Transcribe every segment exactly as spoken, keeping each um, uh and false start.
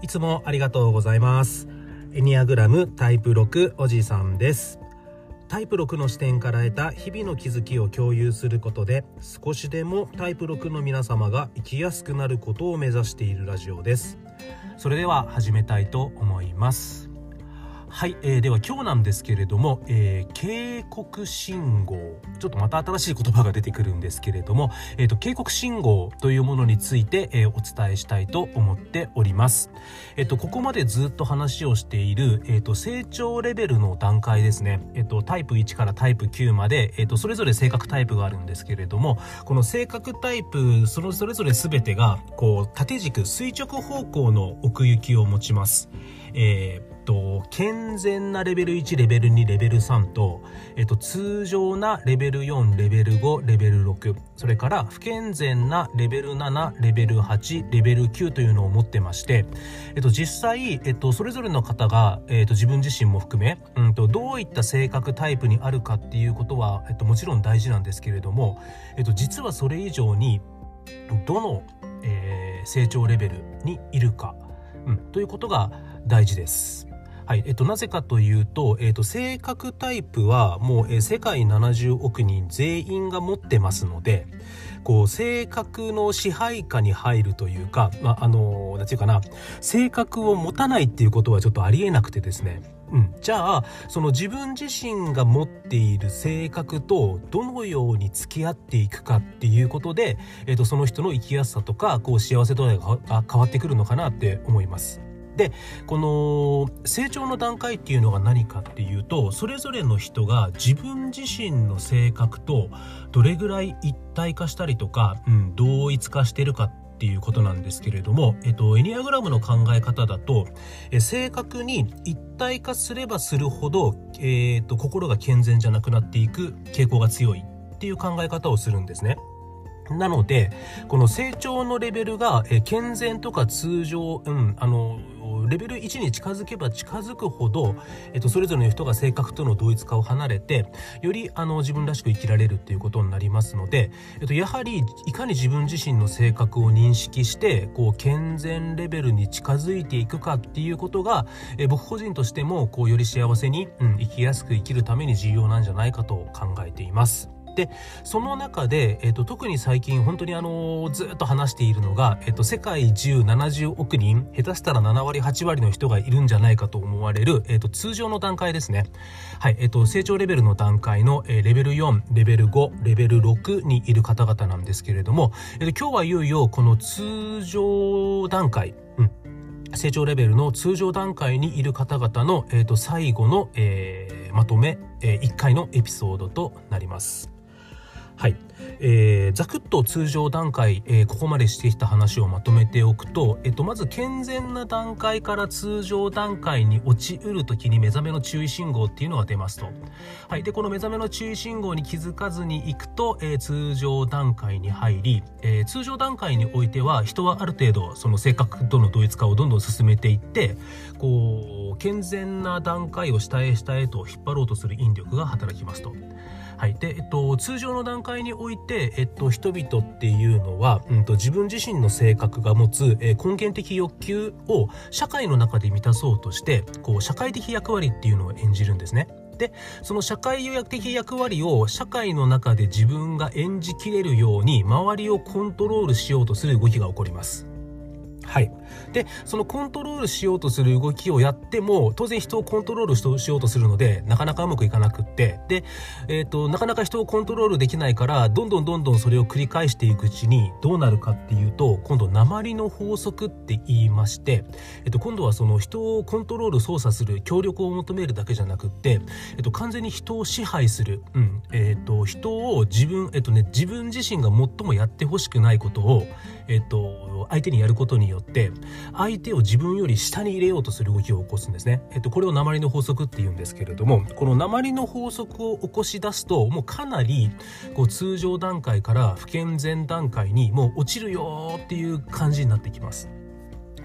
いつもありがとうございます。エニアグラムタイプろくおじさんです。タイプろくの視点から得た日々の気づきを共有することで、少しでもタイプろくの皆様が生きやすくなることを目指しているラジオです。それでは始めたいと思います。はい、えー、では今日なんですけれども、えー、警告信号、ちょっとまた新しい言葉が出てくるんですけれども、えーと、警告信号というものについて、えー、お伝えしたいと思っております。えーと、ここまでずっと話をしている、えーと、成長レベルの段階ですね。えーと、タイプいちからタイプきゅうまで、えーと、それぞれ性格タイプがあるんですけれども、この性格タイプ、そのそれぞれ全てが、こう、縦軸、垂直方向の奥行きを持ちます。えー健全なレベルいち、レベルに、レベルさんと、えっと、通常なレベルよん、レベルご、レベルろく、それから不健全なレベルなな、レベルはち、レベルきゅうというのを持ってまして、えっと、実際、えっと、それぞれの方が、えっと、自分自身も含め、うんと、どういった性格タイプにあるかっていうことは、えっと、もちろん大事なんですけれども、えっと、実はそれ以上に、どの、えー、成長レベルにいるか、うん、ということが大事です。はい、えっと、なぜかというと、えっと、性格タイプはもう、えー、世界ななじゅうおくにん全員が持ってますので、こう、性格の支配下に入るというか、まあ、あのー、なんていうかな、性格を持たないっていうことはちょっとありえなくてですね。うん、じゃあ、その自分自身が持っている性格とどのように付き合っていくかっていうことで、えっと、その人の生きやすさとか、こう、幸せ度合いが変わってくるのかなって思います。で、この成長の段階っていうのが何かっていうと、それぞれの人が自分自身の性格とどれぐらい一体化したりとか、うん、同一化してるかっていうことなんですけれども、えっと、エニアグラムの考え方だと、え正確に一体化すればするほど、えっと、心が健全じゃなくなっていく傾向が強いっていう考え方をするんですね。なので、この成長のレベルが、え健全とか通常、うん、あの、レベルいちに近づけば近づくほど、えっと、それぞれの人が性格との同一化を離れて、より、あの、自分らしく生きられるっていうことになりますので、えっと、やはり、いかに自分自身の性格を認識して、こう、健全レベルに近づいていくかっていうことが、え僕個人としても、こう、より幸せに、うん、生きやすく生きるために重要なんじゃないかと考えています。で、その中で、えっと、特に最近本当にあの、ずっと話しているのが、えっと、世界中ななじゅうおくにん、下手したらななわり、はちわりの人がいるんじゃないかと思われる、えっと、通常の段階ですね。はい、えっと、成長レベルの段階の、えー、レベルよん、レベルご、レベルろくにいる方々なんですけれども、えっと、今日はいよいよこの通常段階、うん、成長レベルの通常段階にいる方々の、えっと、最後の、えー、まとめ、えー、いっかいのエピソードとなります。はい、えー、ざくっと通常段階、えー、ここまでしてきた話をまとめておくと、えっと、まず健全な段階から通常段階に落ちうるときに目覚めの注意信号っていうのが出ますと。はい。で、この目覚めの注意信号に気づかずに行くと、えー、通常段階に入り、えー、通常段階においては人はある程度その性格との同一化をどんどん進めていって、こう、健全な段階を下へ下へと引っ張ろうとする引力が働きますと。はい。で、えっと、通常の段階において、えっと、人々っていうのは、うんと、自分自身の性格が持つ、えー、根源的欲求を社会の中で満たそうとして、こう、社会的役割っていうのを演じるんですね。で、その社会的役割を社会の中で自分が演じきれるように、周りをコントロールしようとする動きが起こります。はい。で、そのコントロールしようとする動きをやっても、当然人をコントロールしようとするので、なかなかうまくいかなくって、で、えっと、なかなか人をコントロールできないから、どんどんどんどんそれを繰り返していくうちに、どうなるかっていうと、今度、鉛の法則って言いまして、えっと、今度はその人をコントロール操作する、協力を求めるだけじゃなくって、えっと、完全に人を支配する、うん、えっと、人を自分、えっとね、自分自身が最もやってほしくないことを、えっと、相手にやることによって、相手を自分より下に入れようとする動きを起こすんですね。えっと、これを鉛の法則って言うんですけれども、この鉛の法則を起こし出すと、もうかなり、こう、通常段階から不健全段階にもう落ちるよーっていう感じになってきます。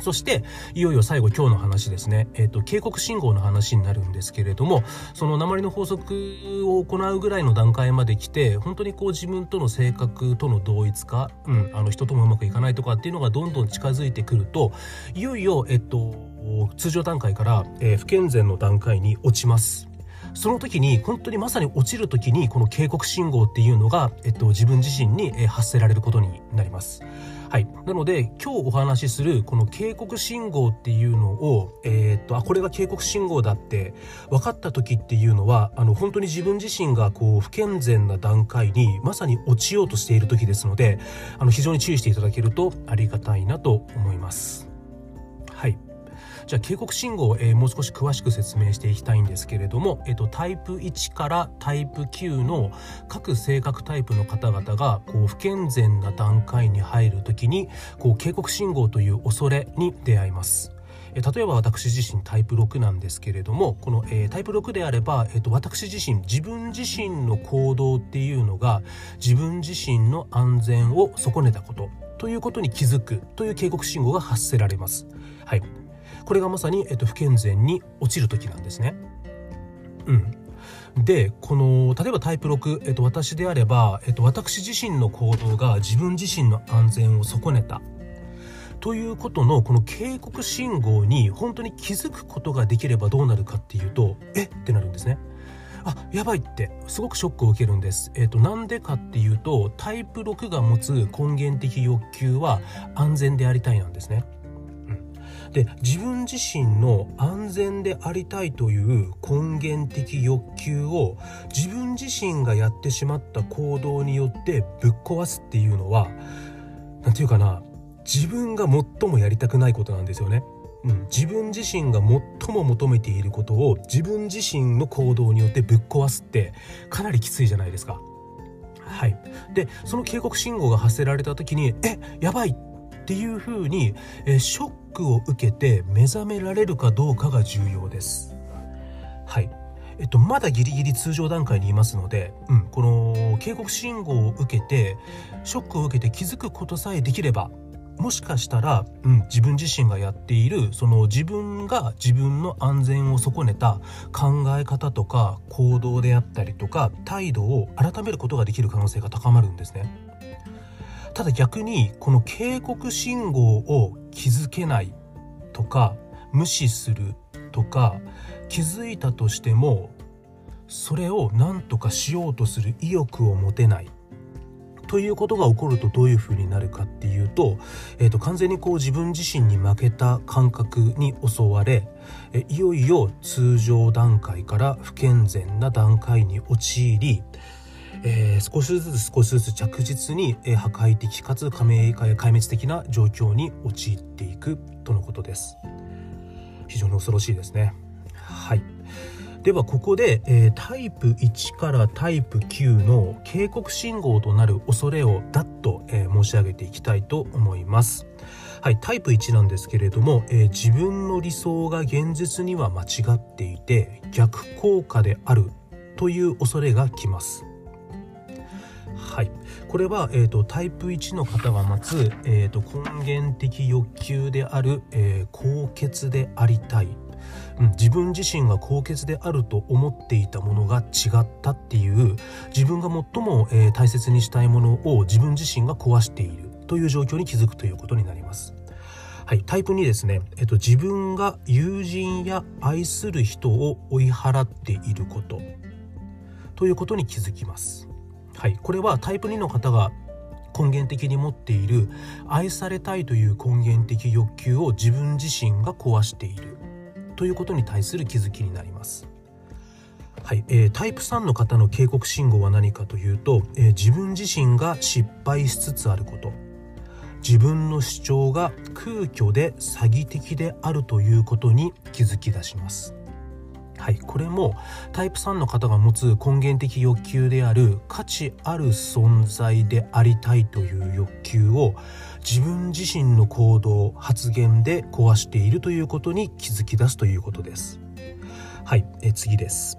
そしていよいよ最後、今日の話ですね、えっと警告信号の話になるんですけれども、その鉛の法則を行うぐらいの段階まで来て、本当にこう自分との性格との同一化、うん、あの人ともうまくいかないとかっていうのがどんどん近づいてくると、いよいよ、えっと、通常段階から、えー、不健全の段階に落ちます。その時に本当にまさに落ちる時にこの警告信号っていうのが、えっと、自分自身に発せられることになります。はい、なので今日お話しするこの警告信号っていうのを、えー、っとあこれが警告信号だって分かった時っていうのは、あの本当に自分自身がこう不健全な段階にまさに落ちようとしている時ですので、あの非常に注意していただけるとありがたいなと思います。はい、じゃあ警告信号を、えー、もう少し詳しく説明していきたいんですけれども、えー、とタイプいちからタイプきゅうの各性格タイプの方々がこう不健全な段階に入るときにこう警告信号という恐れに出会います。えー、例えば私自身タイプろくなんですけれども、この、えー、タイプろくであれば、えー、と私自身自分自身の行動っていうのが自分自身の安全を損ねたことということに気づくという警告信号が発せられます。はい、これがまさに、えっと、不健全に落ちる時なんですね。うん。で、この例えばタイプろく、えっと、私であれば、えっと、私自身の行動が自分自身の安全を損ねたということのこの警告信号に本当に気づくことができればどうなるかっていうと、えってなるんですね。あ、やばいってすごくショックを受けるんです。えっと、なんでかっていうと、タイプろくが持つ根源的欲求は安全でありたいなんですね。で、自分自身の安全でありたいという根源的欲求を自分自身がやってしまった行動によってぶっ壊すっていうのは、なんていうかな、自分が最もやりたくないことなんですよね。うん、自分自身が最も求めていることを自分自身の行動によってぶっ壊すってかなりきついじゃないですか。はい。で、その警告信号が発せられた時に、え、やばいっていう風に、えショックを受けて目覚められるかどうかが重要です。はい。えっと、まだギリギリ通常段階にいますので、うん、この警告信号を受けてショックを受けて気づくことさえできれば、もしかしたら、うん、自分自身がやっているその自分が自分の安全を損ねた考え方とか行動であったりとか態度を改めることができる可能性が高まるんですね。ただ逆にこの警告信号を気づけないとか無視するとか、気づいたとしてもそれを何とかしようとする意欲を持てないということが起こると、どういうふうになるかっていうと、えーと、完全にこう自分自身に負けた感覚に襲われ、えいよいよ通常段階から不健全な段階に陥り、えー、少しずつ少しずつ着実に、えー、破壊的かつ壊滅的な状況に陥っていくとのことです。非常に恐ろしいですね。はい。ではここで、えー、タイプいちからタイプきゅうの警告信号となる恐れをダッと、えー、申し上げていきたいと思います。はい、タイプいちなんですけれども、えー、自分の理想が現実には間違っていて逆効果であるという恐れがきます。はい、これは、えーと、タイプいちの方が持つ、えーと、根源的欲求である、えー、高潔でありたい、うん、自分自身が高潔であると思っていたものが違ったっていう自分が最も、えー、大切にしたいものを自分自身が壊しているという状況に気づくということになります。はい、タイプにですね、えっと、自分が友人や愛する人を追い払っていることということに気づきます。はい、これはタイプにの方が根源的に持っている愛されたいという根源的欲求を自分自身が壊しているということに対する気づきになります。はい、えー、タイプさんの方の警告信号は何かというと、えー、自分自身が失敗しつつあること、自分の主張が空虚で詐欺的であるということに気づき出します。はい、これもタイプさんの方が持つ根源的欲求である価値ある存在でありたいという欲求を自分自身の行動発言で壊しているということに気づき出すということです。はい、え次です。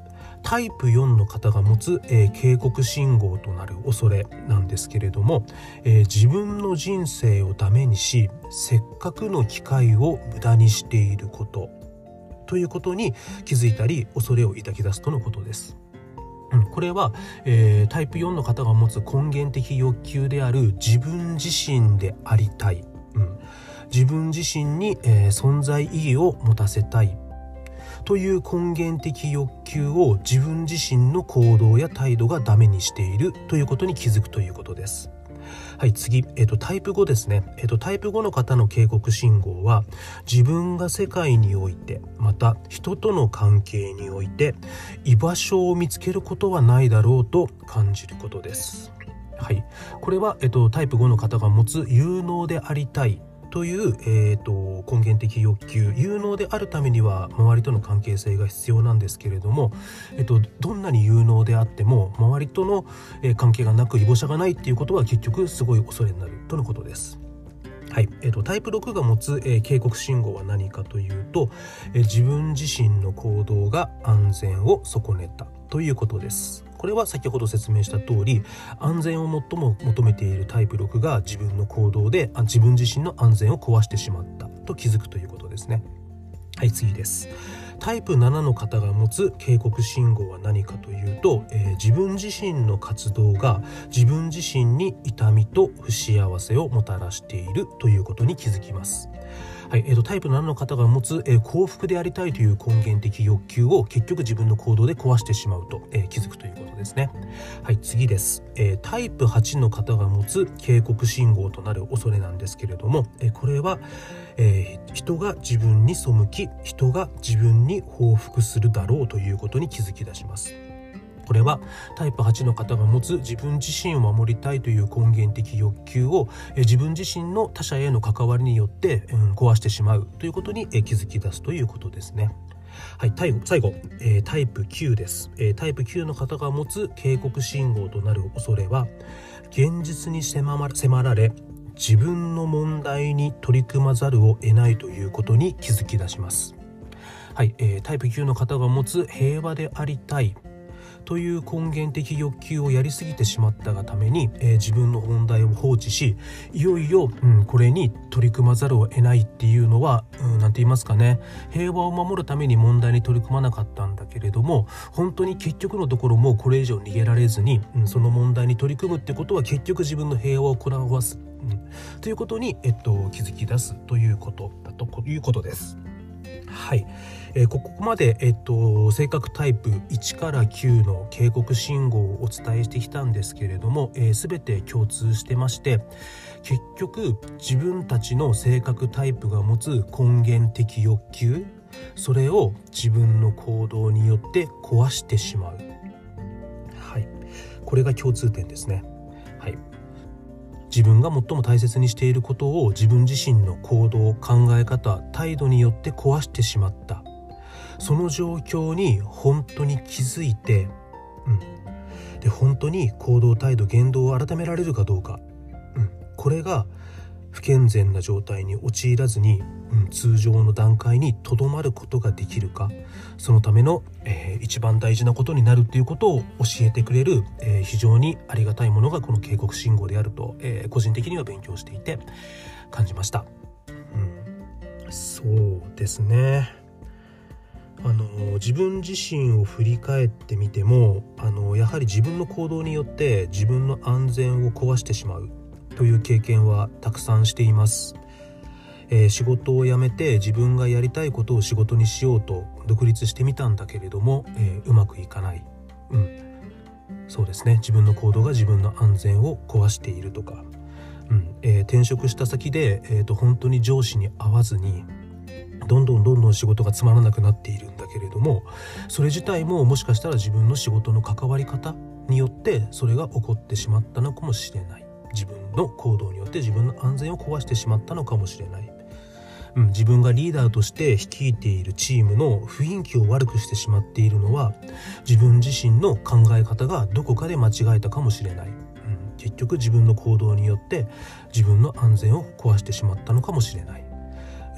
タイプよんの方が持つ、えー、警告信号となる恐れなんですけれども、えー、自分の人生をダメにしせっかくの機会を無駄にしていることということに気づいたり恐れを抱き出すとのことです。うん、これは、えー、タイプよんの方が持つ根源的欲求である自分自身でありたい、うん、自分自身に、えー、存在意義を持たせたいという根源的欲求を自分自身の行動や態度がダメにしているということに気づくということです。はい、次、えっと、タイプごですね。えっと、タイプごの方の警告信号は、自分が世界において、また人との関係において、居場所を見つけることはないだろうと感じることです。はい、これは、えっと、タイプごの方が持つ有能でありたいという、えー、と根源的欲求、有能であるためには周りとの関係性が必要なんですけれども、えっと、どんなに有能であっても周りとの、えー、関係がなく居場所がないっていうことは結局すごい恐れになるとのことです。はい、えっと、タイプろくが持つ、えー、警告信号は何かというと、えー、自分自身の行動が安全を損ねたということです。これは先ほど説明した通り、安全を最も求めているタイプろくが自分の行動で自分自身の安全を壊してしまったと気づくということですね。はい、次です。タイプななの方が持つ警告信号は何かというと、えー、自分自身の活動が自分自身に痛みと不幸せをもたらしているということに気づきます。はい、えー、とタイプななの方が持つ、えー、幸福でありたいという根源的欲求を結局自分の行動で壊してしまうと、えー、気づくということですね。はい、次です。えー、タイプはちの方が持つ警告信号となる恐れなんですけれども、えー、これは、えー、人が自分に背き、人が自分に報復するだろうということに気づき出します。これはタイプはちの方が持つ自分自身を守りたいという根源的欲求をえ自分自身の他者への関わりによって、うん、壊してしまうということにえ気づき出すということですね。はい、最後、最後えー、タイプきゅうです、えー。タイプきゅうの方が持つ警告信号となる恐れは、現実に迫られ自分の問題に取り組まざるを得ないということに気づき出します。はい、えー、タイプきゅうの方が持つ平和でありたいという根源的欲求をやりすぎてしまったがために、えー、自分の問題を放置し、いよいよ、うん、これに取り組まざるを得ないっていうのは、うん、なんて言いますかね、平和を守るために問題に取り組まなかったんだけれども、本当に結局のところもうこれ以上逃げられずに、うん、その問題に取り組むってことは結局自分の平和を壊す、うん、ということに、えっと、気づき出すということだということです。はい、えー、ここまで、えっと、性格タイプいちからきゅうの警告信号をお伝えしてきたんですけれども、えー、全て共通してまして、結局自分たちの性格タイプが持つ根源的欲求、それを自分の行動によって壊してしまう。はい、これが共通点ですね。はい、自分が最も大切にしていることを自分自身の行動、考え方、態度によって壊してしまった。その状況に本当に気づいて、うん、で本当に行動、態度、言動を改められるかどうか、うん、これが不健全な状態に陥らずに、うん、通常の段階にとどまることができるか、そのための、えー、一番大事なことになるということを教えてくれる、えー、非常にありがたいものがこの警告信号であると、えー、個人的には勉強していて感じました。うん、そうですね。あの自分自身を振り返ってみても、あのやはり自分の行動によって自分の安全を壊してしまうという経験はたくさんしています。えー、仕事を辞めて自分がやりたいことを仕事にしようと独立してみたんだけれども、えー、うまくいかない、うん、そうですね。自分の行動が自分の安全を壊しているとか、うんえー、転職した先で、えーと、本当に上司に合わずにどんどんどんどん仕事がつまらなくなっているんだけれども、それ自体ももしかしたら自分の仕事の関わり方によってそれが起こってしまったのかもしれない。自分の行動によって自分の安全を壊してしまったのかもしれない。うん、自分がリーダーとして率いているチームの雰囲気を悪くしてしまっているのは、自分自身の考え方がどこかで間違えたかもしれない。うん、結局自分の行動によって自分の安全を壊してしまったのかもしれない。うん、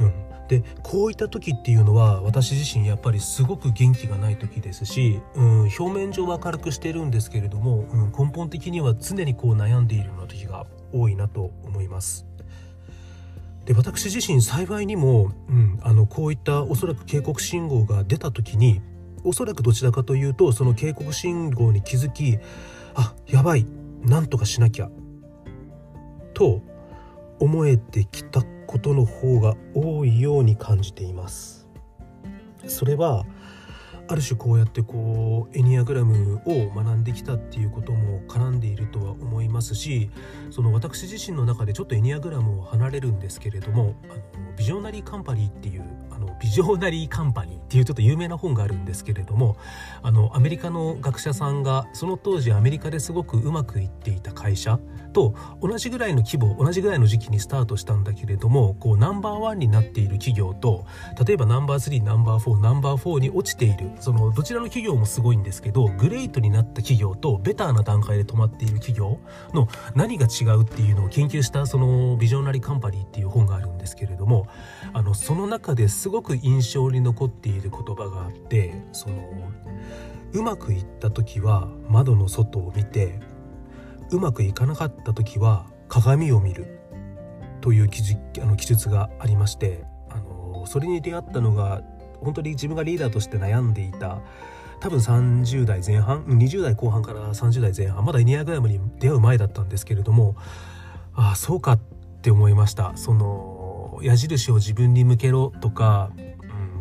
でこういった時っていうのは私自身やっぱりすごく元気がない時ですし、うん、表面上は明るくしてるんですけれども、うん、根本的には常にこう悩んでいるような時が多いなと思います。で私自身幸いにも、うん、あのこういったおそらく警告信号が出た時におそらくどちらかというとその警告信号に気づき、あ、やばい、なんとかしなきゃと思えてきたことの方が多いように感じています。それはある種こうやってこうエニアグラムを学んできたっていうことも絡んでいるとは思いますし、その私自身の中でちょっとエニアグラムを離れるんですけれども、あのビジョナリーカンパニーっていうあのビジョナリーカンパニーっていうちょっと有名な本があるんですけれども、あのアメリカの学者さんがその当時アメリカですごくうまくいっていた会社と同じぐらいの規模同じぐらいの時期にスタートしたんだけれども、こうナンバーワンになっている企業と例えばナンバースリーナンバーフォーナンバーフォーに落ちている、そのどちらの企業もすごいんですけど、グレートになった企業とベターな段階で止まっている企業の何が違うっていうのを研究したそのビジョナリーカンパニーっていう本があるんですけれども、あのその中ですごく印象に残っている言葉があって、そのうまくいった時は窓の外を見て、うまくいかなかった時は鏡を見るという記述、あの記述がありまして、あのそれに出会ったのが本当に自分がリーダーとして悩んでいた多分さんじゅう代前半にじゅう代後半からさんじゅう代前半、まだエニアグラムに出会う前だったんですけれども、ああそうかって思いました。その矢印を自分に向けろとか、うん、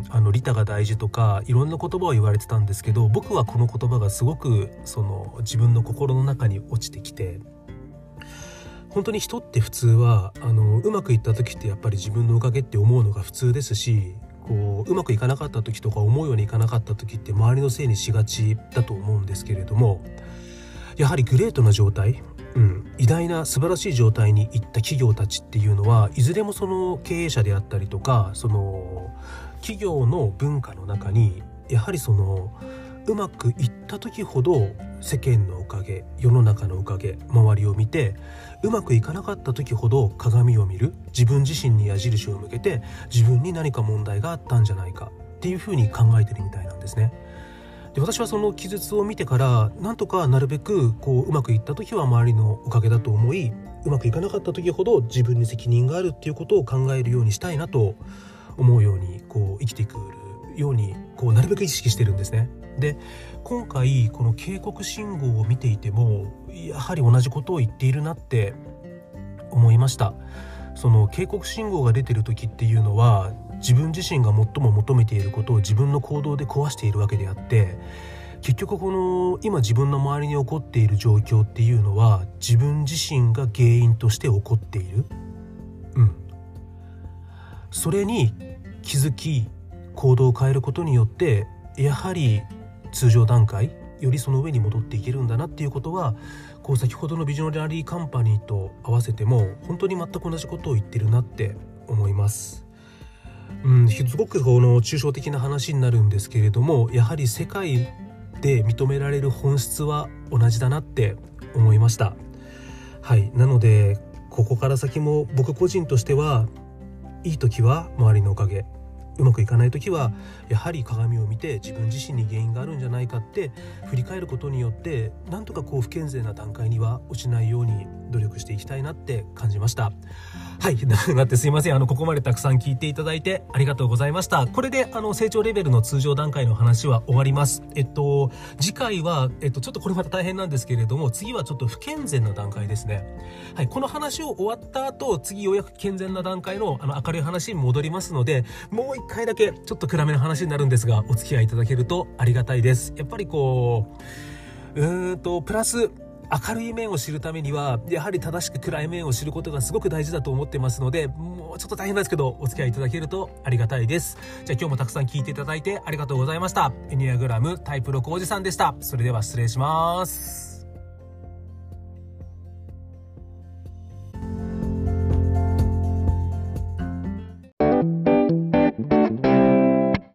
あの利他が大事とかいろんな言葉を言われてたんですけど、僕はこの言葉がすごくその自分の心の中に落ちてきて、本当に人って普通はあのうまくいった時ってやっぱり自分のおかげって思うのが普通ですし、こううまくいかなかった時とか思うようにいかなかった時って周りのせいにしがちだと思うんですけれども、やはりグレートな状態、うん、偉大な素晴らしい状態にいった企業たちっていうのはいずれもその経営者であったりとかその企業の文化の中にやはりそのうまくいった時ほど世間のおかげ、世の中のおかげ、周りを見て、うまくいかなかった時ほど鏡を見る、自分自身に矢印を向けて自分に何か問題があったんじゃないかっていうふうに考えてるみたいなんですね。で私はその記述を見てからなんとかなるべくこううまくいった時は周りのおかげだと思い、うまくいかなかった時ほど自分に責任があるっていうことを考えるようにしたいなと思うようにこう生きていくようにこうなるべく意識してるんですね。で今回この警告信号を見ていてもやはり同じことを言っているなって思いました。その警告信号が出てる時っていうのは自分自身が最も求めていることを自分の行動で壊しているわけであって、結局この今自分の周りに起こっている状況っていうのは自分自身が原因として起こっている、うん、それに気づき行動を変えることによってやはり通常段階よりその上に戻っていけるんだなっていうことは、こう先ほどのビジョナリーカンパニーと合わせても本当に全く同じことを言ってるなって思います。うん、すごくこの抽象的な話になるんですけれども、やはり世界で認められる本質は同じだなって思いました。はい、なのでここから先も僕個人としてはいい時は周りのおかげ、うまくいかない時はやはり鏡を見て自分自身に原因があるんじゃないかって振り返ることによってなんとかこう不健全な段階には落ちないように努力していきたいなって感じました。はい、長くなってすいません。あのここまでたくさん聞いていただいてありがとうございました。これであの成長レベルの通常段階の話は終わります。えっと次回はえっとちょっとこれまた大変なんですけれども、次はちょっと不健全な段階ですね。はい、この話を終わった後、次ようやく健全な段階のあの明るい話に戻りますので、もう一回だけちょっと暗めの話になるんですがお付き合いいただけるとありがたいです。やっぱりこううーんとプラス明るい面を知るためにはやはり正しく暗い面を知ることがすごく大事だと思ってますので、もうちょっと大変なんですけどお付き合いいただけるとありがたいです。じゃあ今日もたくさん聞いていただいてありがとうございました。エニアグラムタイプろくおじさんでした。それでは失礼します。